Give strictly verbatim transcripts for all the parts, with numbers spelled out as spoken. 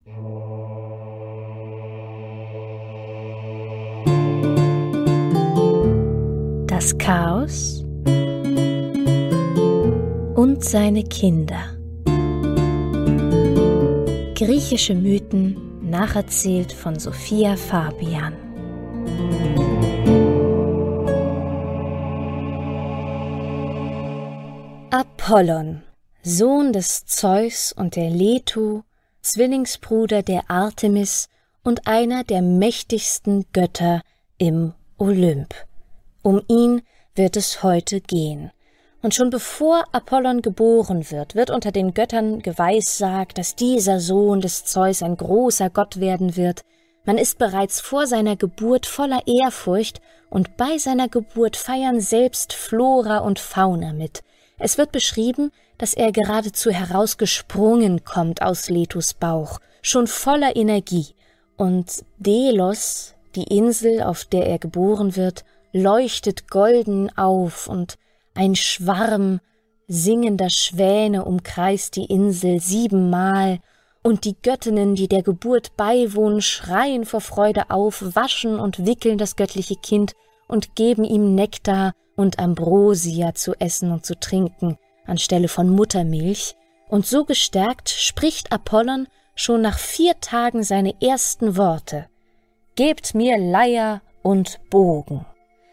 Das Chaos und seine Kinder. Griechische Mythen, nacherzählt von Sophia Fabian. Apollon, Sohn des Zeus und der Leto, Zwillingsbruder der Artemis und einer der mächtigsten Götter im Olymp. Um ihn wird es heute gehen. Und schon bevor Apollon geboren wird, wird unter den Göttern geweissagt, dass dieser Sohn des Zeus ein großer Gott werden wird. Man ist bereits vor seiner Geburt voller Ehrfurcht und bei seiner Geburt feiern selbst Flora und Fauna mit. Es wird beschrieben, dass er geradezu herausgesprungen kommt aus Letos Bauch, schon voller Energie. Und Delos, die Insel, auf der er geboren wird, leuchtet golden auf und ein Schwarm singender Schwäne umkreist die Insel siebenmal und die Göttinnen, die der Geburt beiwohnen, schreien vor Freude auf, waschen und wickeln das göttliche Kind und geben ihm Nektar und Ambrosia zu essen und zu trinken anstelle von Muttermilch. Und so gestärkt spricht Apollon schon nach vier Tagen seine ersten Worte: »Gebt mir Leier und Bogen.«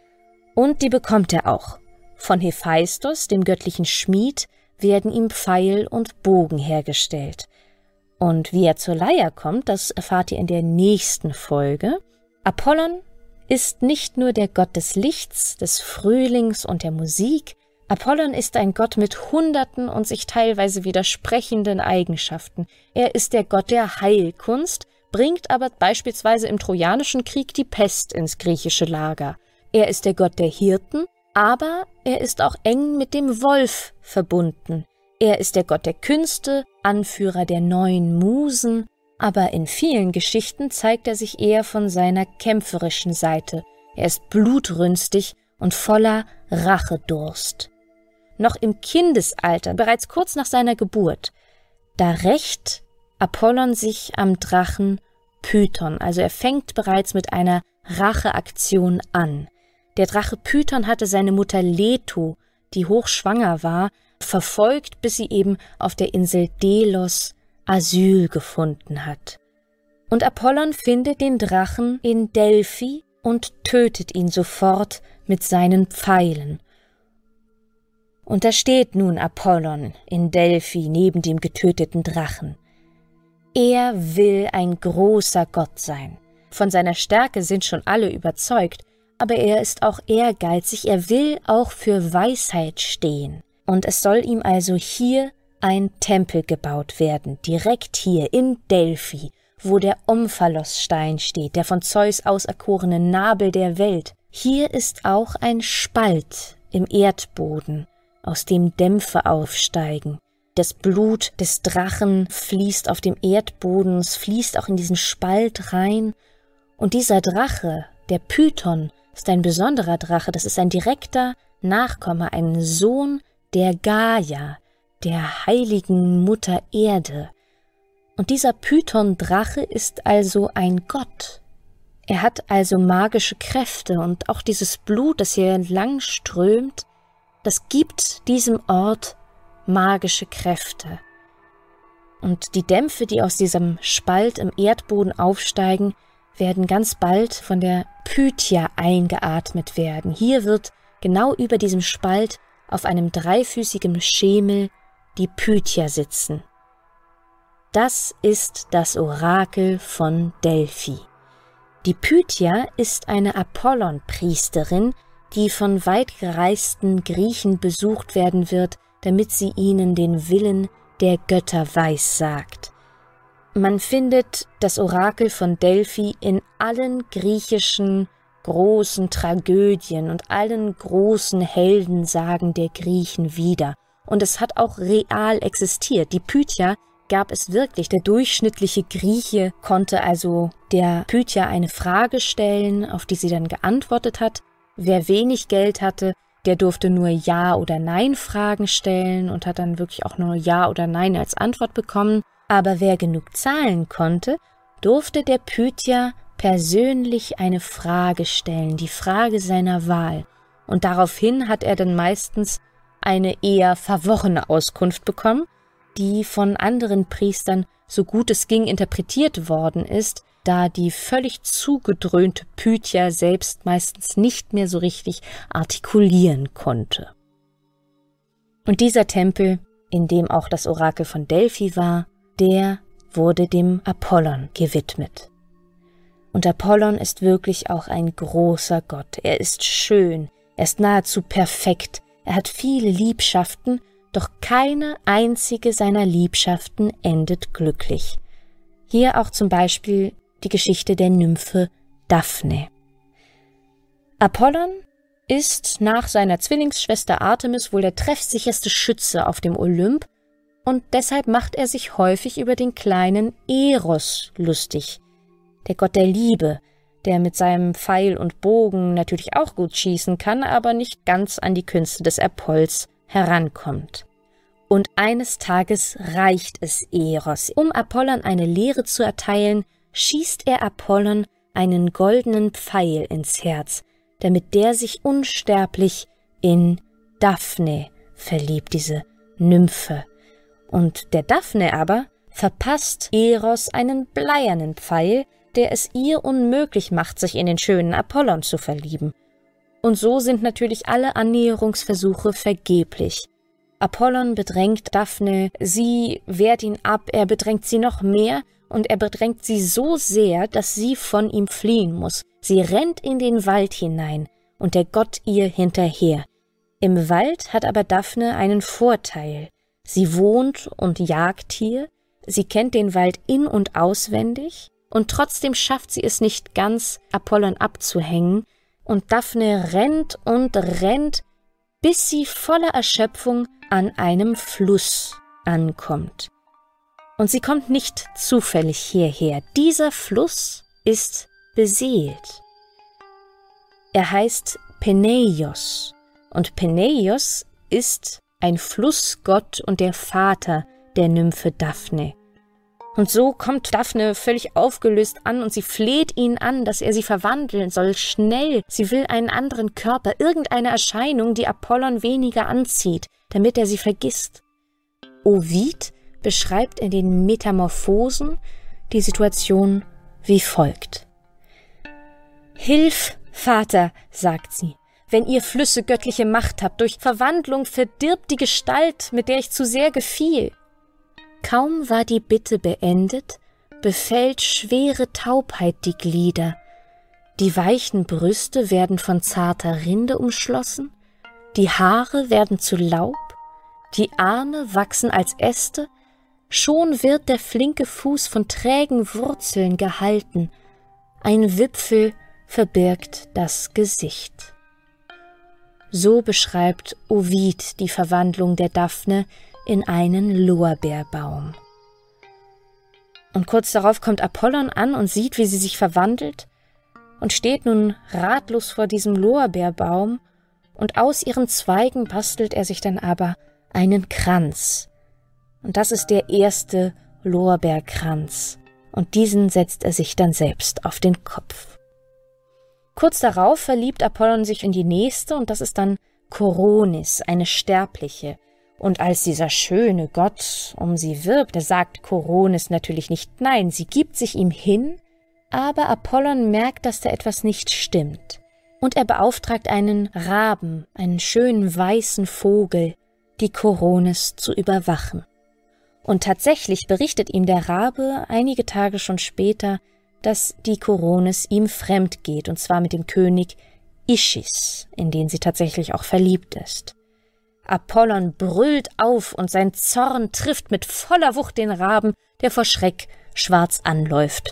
Und die bekommt er auch. Von Hephaistos, dem göttlichen Schmied, werden ihm Pfeil und Bogen hergestellt. Und wie er zur Leier kommt, das erfahrt ihr in der nächsten Folge. Apollon ist nicht nur der Gott des Lichts, des Frühlings und der Musik. Apollon ist ein Gott mit hunderten und sich teilweise widersprechenden Eigenschaften. Er ist der Gott der Heilkunst, bringt aber beispielsweise im Trojanischen Krieg die Pest ins griechische Lager. Er ist der Gott der Hirten, aber er ist auch eng mit dem Wolf verbunden. Er ist der Gott der Künste, Anführer der neuen Musen, aber in vielen Geschichten zeigt er sich eher von seiner kämpferischen Seite. Er ist blutrünstig und voller Rachedurst. Noch im Kindesalter, bereits kurz nach seiner Geburt, da rächt Apollon sich am Drachen Python, also er fängt bereits mit einer Racheaktion an. Der Drache Python hatte seine Mutter Leto, die hochschwanger war, verfolgt, bis sie eben auf der Insel Delos Asyl gefunden hat. Und Apollon findet den Drachen in Delphi und tötet ihn sofort mit seinen Pfeilen. Und da steht nun Apollon in Delphi neben dem getöteten Drachen. Er will ein großer Gott sein. Von seiner Stärke sind schon alle überzeugt, aber er ist auch ehrgeizig, er will auch für Weisheit stehen. Und es soll ihm also hier ein Tempel gebaut werden, direkt hier in Delphi, wo der Omphalosstein steht, der von Zeus auserkorene Nabel der Welt. Hier ist auch ein Spalt im Erdboden, aus dem Dämpfe aufsteigen. Das Blut des Drachen fließt auf dem Erdboden, es fließt auch in diesen Spalt rein. Und dieser Drache, der Python, ist ein besonderer Drache, das ist ein direkter Nachkomme, ein Sohn der Gaia, der heiligen Mutter Erde. Und dieser Python-Drache ist also ein Gott. Er hat also magische Kräfte und auch dieses Blut, das hier entlang strömt, das gibt diesem Ort magische Kräfte. Und die Dämpfe, die aus diesem Spalt im Erdboden aufsteigen, werden ganz bald von der Pythia eingeatmet werden. Hier wird genau über diesem Spalt auf einem dreifüßigen Schemel die Pythia sitzen. Das ist das Orakel von Delphi. Die Pythia ist eine Apollon-Priesterin, die von weit gereisten Griechen besucht werden wird, damit sie ihnen den Willen der Götter weissagt. Man findet das Orakel von Delphi in allen griechischen großen Tragödien und allen großen Heldensagen der Griechen wieder. Und es hat auch real existiert. Die Pythia gab es wirklich. Der durchschnittliche Grieche konnte also der Pythia eine Frage stellen, auf die sie dann geantwortet hat. Wer wenig Geld hatte, der durfte nur Ja- oder Nein-Fragen stellen und hat dann wirklich auch nur Ja oder Nein als Antwort bekommen. Aber wer genug zahlen konnte, durfte der Pythia persönlich eine Frage stellen, die Frage seiner Wahl. Und daraufhin hat er dann meistens eine eher verworrene Auskunft bekommen, die von anderen Priestern so gut es ging interpretiert worden ist, da die völlig zugedröhnte Pythia selbst meistens nicht mehr so richtig artikulieren konnte. Und dieser Tempel, in dem auch das Orakel von Delphi war, der wurde dem Apollon gewidmet. Und Apollon ist wirklich auch ein großer Gott. Er ist schön, er ist nahezu perfekt, er hat viele Liebschaften, doch keine einzige seiner Liebschaften endet glücklich. Hier auch zum Beispiel die Geschichte der Nymphe Daphne. Apollon ist nach seiner Zwillingsschwester Artemis wohl der treffsicherste Schütze auf dem Olymp und deshalb macht er sich häufig über den kleinen Eros lustig, der Gott der Liebe, der mit seinem Pfeil und Bogen natürlich auch gut schießen kann, aber nicht ganz an die Künste des Apolls herankommt. Und eines Tages reicht es Eros. Um Apollon eine Lehre zu erteilen, schießt er Apollon einen goldenen Pfeil ins Herz, damit der sich unsterblich in Daphne verliebt, diese Nymphe. Und der Daphne aber verpasst Eros einen bleiernen Pfeil, der es ihr unmöglich macht, sich in den schönen Apollon zu verlieben. Und so sind natürlich alle Annäherungsversuche vergeblich. Apollon bedrängt Daphne, sie wehrt ihn ab, er bedrängt sie noch mehr und er bedrängt sie so sehr, dass sie von ihm fliehen muss. Sie rennt in den Wald hinein und der Gott ihr hinterher. Im Wald hat aber Daphne einen Vorteil. Sie wohnt und jagt hier, sie kennt den Wald in- und auswendig und trotzdem schafft sie es nicht ganz, Apollon abzuhängen und Daphne rennt und rennt, bis sie voller Erschöpfung an einem Fluss ankommt. Und sie kommt nicht zufällig hierher. Dieser Fluss ist beseelt. Er heißt Peneios und Peneios ist ein Flussgott und der Vater der Nymphe Daphne. Und so kommt Daphne völlig aufgelöst an und sie fleht ihn an, dass er sie verwandeln soll, schnell. Sie will einen anderen Körper, irgendeine Erscheinung, die Apollon weniger anzieht, damit er sie vergisst. Ovid beschreibt in den Metamorphosen die Situation wie folgt. »Hilf, Vater«, sagt sie, »wenn ihr Flüsse göttliche Macht habt, durch Verwandlung verdirbt die Gestalt, mit der ich zu sehr gefiel.« Kaum war die Bitte beendet, befällt schwere Taubheit die Glieder. Die weichen Brüste werden von zarter Rinde umschlossen, die Haare werden zu Laub, die Arme wachsen als Äste, schon wird der flinke Fuß von trägen Wurzeln gehalten, ein Wipfel verbirgt das Gesicht. So beschreibt Ovid die Verwandlung der Daphne in einen Lorbeerbaum. Und kurz darauf kommt Apollon an und sieht, wie sie sich verwandelt und steht nun ratlos vor diesem Lorbeerbaum und aus ihren Zweigen bastelt er sich dann aber einen Kranz. Und das ist der erste Lorbeerkranz und diesen setzt er sich dann selbst auf den Kopf. Kurz darauf verliebt Apollon sich in die nächste und das ist dann Koronis, eine Sterbliche. Und als dieser schöne Gott um sie wirbt, da sagt Koronis natürlich nicht nein, sie gibt sich ihm hin, aber Apollon merkt, dass da etwas nicht stimmt. Und er beauftragt einen Raben, einen schönen weißen Vogel, die Koronis zu überwachen. Und tatsächlich berichtet ihm der Rabe einige Tage schon später, dass die Koronis ihm fremd geht, und zwar mit dem König Ischis, in den sie tatsächlich auch verliebt ist. Apollon brüllt auf und sein Zorn trifft mit voller Wucht den Raben, der vor Schreck schwarz anläuft.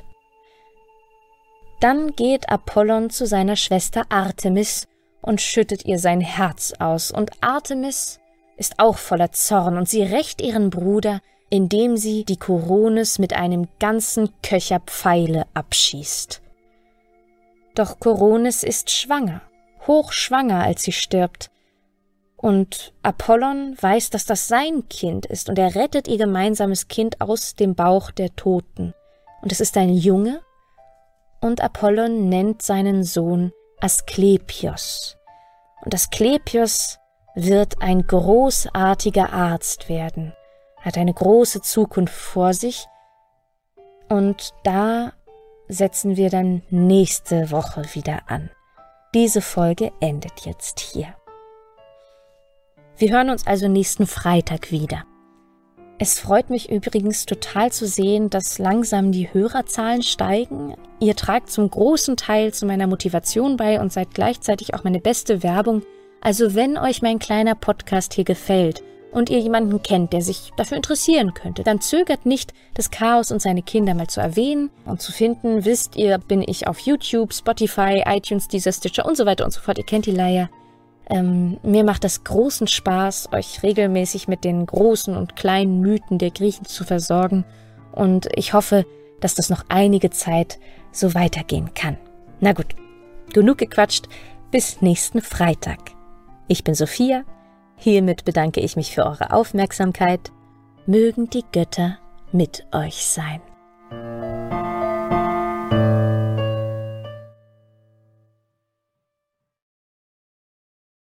Dann geht Apollon zu seiner Schwester Artemis und schüttet ihr sein Herz aus, und Artemis ist auch voller Zorn und sie rächt ihren Bruder, indem sie die Koronis mit einem ganzen Köcher Pfeile abschießt. Doch Koronis ist schwanger, hochschwanger, als sie stirbt, Und Apollon weiß, dass das sein Kind ist und er rettet ihr gemeinsames Kind aus dem Bauch der Toten. Und es ist ein Junge und Apollon nennt seinen Sohn Asklepios. Und Asklepios wird ein großartiger Arzt werden, hat eine große Zukunft vor sich und da setzen wir dann nächste Woche wieder an. Diese Folge endet jetzt hier. Wir hören uns also nächsten Freitag wieder. Es freut mich übrigens total zu sehen, dass langsam die Hörerzahlen steigen. Ihr tragt zum großen Teil zu meiner Motivation bei und seid gleichzeitig auch meine beste Werbung. Also wenn euch mein kleiner Podcast hier gefällt und ihr jemanden kennt, der sich dafür interessieren könnte, dann zögert nicht, das Chaos und seine Kinder mal zu erwähnen und zu finden. Wisst ihr, bin ich auf YouTube, Spotify, iTunes, Deezer, Stitcher und so weiter und so fort. Ihr kennt die Leier. Ähm, mir macht das großen Spaß, euch regelmäßig mit den großen und kleinen Mythen der Griechen zu versorgen und ich hoffe, dass das noch einige Zeit so weitergehen kann. Na gut, genug gequatscht, bis nächsten Freitag. Ich bin Sophia, hiermit bedanke ich mich für eure Aufmerksamkeit. Mögen die Götter mit euch sein.